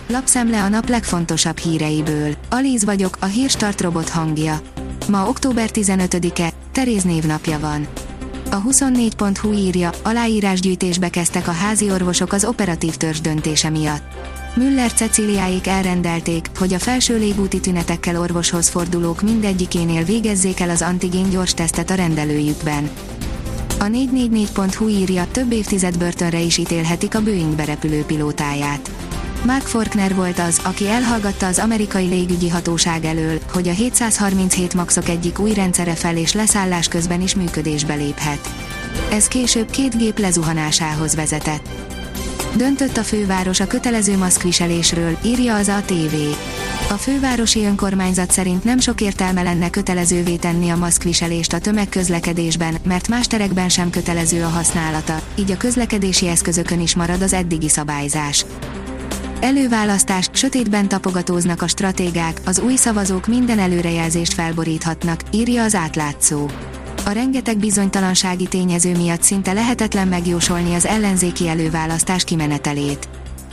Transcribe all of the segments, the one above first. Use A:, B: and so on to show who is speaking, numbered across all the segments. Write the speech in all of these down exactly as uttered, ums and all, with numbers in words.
A: Lapszemle a nap legfontosabb híreiből. Alíz vagyok, a Hírstart robot hangja. Ma október tizenötödike, Teréz névnapja van. A huszonnégy pont hu írja, aláírásgyűjtésbe kezdtek a házi orvosok az operatív törzs döntése miatt. Müller Ceciliáék elrendelték, hogy a felső légúti tünetekkel orvoshoz fordulók mindegyikénél végezzék el az antigén gyors tesztet a rendelőjükben. A négy négy négy pont hu írja, több évtized börtönre is ítélhetik a Boeing berepülő pilótáját. Mark Faulkner volt az, aki elhallgatta az amerikai légügyi hatóság elől, hogy a hétszázharminchét maxok egyik új rendszere fel és leszállás közben is működésbe léphet. Ez később két gép lezuhanásához vezetett. Döntött a főváros a kötelező maszkviselésről, írja az á té vé. A fővárosi önkormányzat szerint nem sok értelme lenne kötelezővé tenni a maszkviselést a tömegközlekedésben, mert más terekben sem kötelező a használata, így a közlekedési eszközökön is marad az eddigi szabályzás. Előválasztás, sötétben tapogatóznak a stratégák, az új szavazók minden előrejelzést felboríthatnak, írja az Átlátszó. A rengeteg bizonytalansági tényező miatt szinte lehetetlen megjósolni az ellenzéki előválasztás kimenetelét.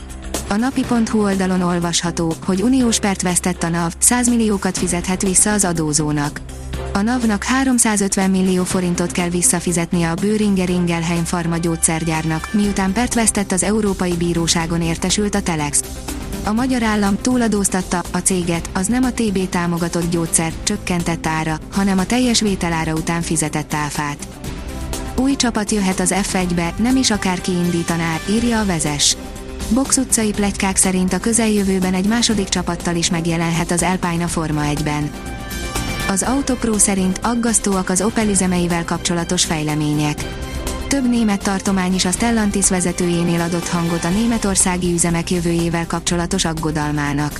A: A napi pont hu oldalon olvasható, hogy uniós pert vesztett a NAV, száz milliókat fizethet vissza az adózónak. A NAV-nak háromszázötven millió forintot kell visszafizetnie a Boehringer Ingelheim Pharma gyógyszergyárnak, miután pert vesztett az Európai Bíróságon értesült a Telex. A magyar állam túladóztatta a céget, az nem a té bé támogatott gyógyszer, csökkentett ára, hanem a teljes vételára után fizetett áfát. Új csapat jöhet az ef egybe, nem is akárki indítaná, írja a Vezes. Box utcai pletykák szerint a közeljövőben egy második csapattal is megjelenhet az Alpine Forma egyben. Az Autopro szerint aggasztóak az Opel üzemeivel kapcsolatos fejlemények. Több német tartomány is a Stellantis vezetőjénél adott hangot a németországi üzemek jövőjével kapcsolatos aggodalmának.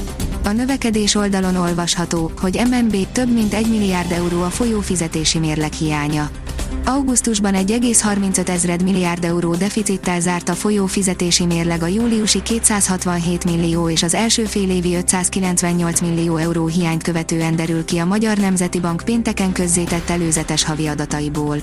A: A növekedés oldalon olvasható, hogy em en bé több mint egy milliárd euró a folyófizetési mérleg hiánya. Augusztusban egy egész harmincöt ezred milliárd euró deficittel zárt a folyófizetési mérleg a júliusi kétszázhatvanhét millió és az első félévi ötszázkilencvennyolc millió euró hiányt követően derül ki a Magyar Nemzeti Bank pénteken közzétett előzetes havi adataiból.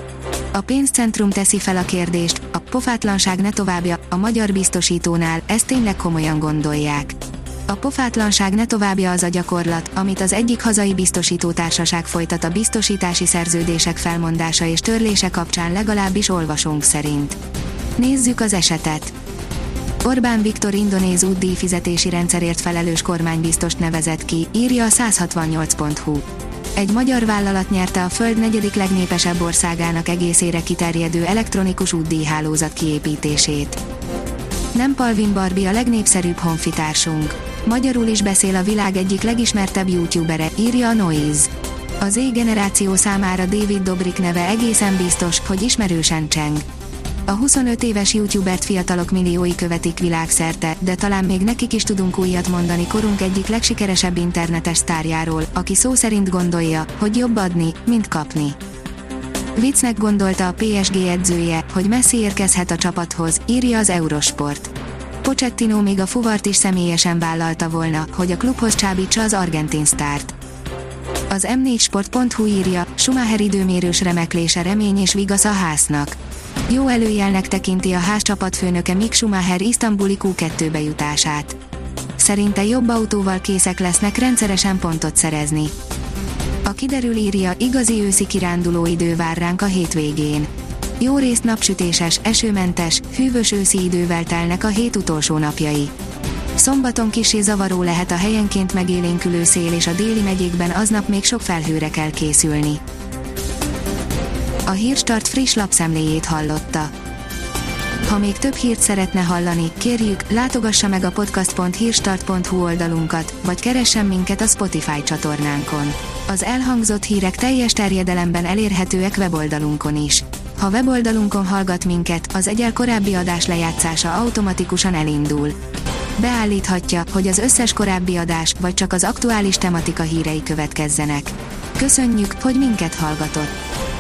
A: A pénzcentrum teszi fel a kérdést, a pofátlanság ne továbbja, a magyar biztosítónál, ezt tényleg komolyan gondolják. A pofátlanság ne továbbja az a gyakorlat, amit az egyik hazai biztosítótársaság folytat a biztosítási szerződések felmondása és törlése kapcsán, legalábbis olvasónk szerint. Nézzük az esetet. Orbán Viktor indonéz útdíjfizetési rendszerért felelős kormánybiztost nevezett ki, írja a száz hatvannyolc pont hu. Egy magyar vállalat nyerte a Föld negyedik legnépesebb országának egészére kiterjedő elektronikus útdíjhálózat kiépítését. Nem Palvin Barbie a legnépszerűbb honfitársunk. Magyarul is beszél a világ egyik legismertebb youtubere, írja a Noise. Az Z-generáció számára David Dobrik neve egészen biztos, hogy ismerősen cseng. A huszonöt éves youtubert fiatalok milliói követik világszerte, de talán még nekik is tudunk újat mondani korunk egyik legsikeresebb internetes sztárjáról, aki szó szerint gondolja, hogy jobb adni, mint kapni. Viccnek gondolta a pé es gé edzője, hogy Messi érkezhet a csapathoz, írja az Eurosport. Pochettino még a fuvart is személyesen vállalta volna, hogy a klubhoz csábítsa az argentin sztárt. Az em négy sport pont hu írja, Schumacher időmérős remeklése remény és vigasz a Haasnak. Jó előjelnek tekinti a Haas csapatfőnöke Mick Schumacher isztambuli kú kettőbe jutását. Szerinte jobb autóval készek lesznek rendszeresen pontot szerezni. A kiderül írja, igazi őszi kiránduló idő vár ránk a hétvégén. Jó részt napsütéses, esőmentes, hűvös őszi idővel telnek a hét utolsó napjai. Szombaton kissé zavaró lehet a helyenként megélénkülő szél, és a déli megyékben aznap még sok felhőre kell készülni. A Hírstart friss lapszemléjét hallotta. Ha még több hírt szeretne hallani, kérjük, látogassa meg a podcast pont hírstart pont hu oldalunkat, vagy keressen minket a Spotify csatornánkon. Az elhangzott hírek teljes terjedelemben elérhetőek weboldalunkon is. Ha weboldalunkon hallgat minket, az egyel korábbi adás lejátszása automatikusan elindul. Beállíthatja, hogy az összes korábbi adás, vagy csak az aktuális tematika hírei következzenek. Köszönjük, hogy minket hallgatott!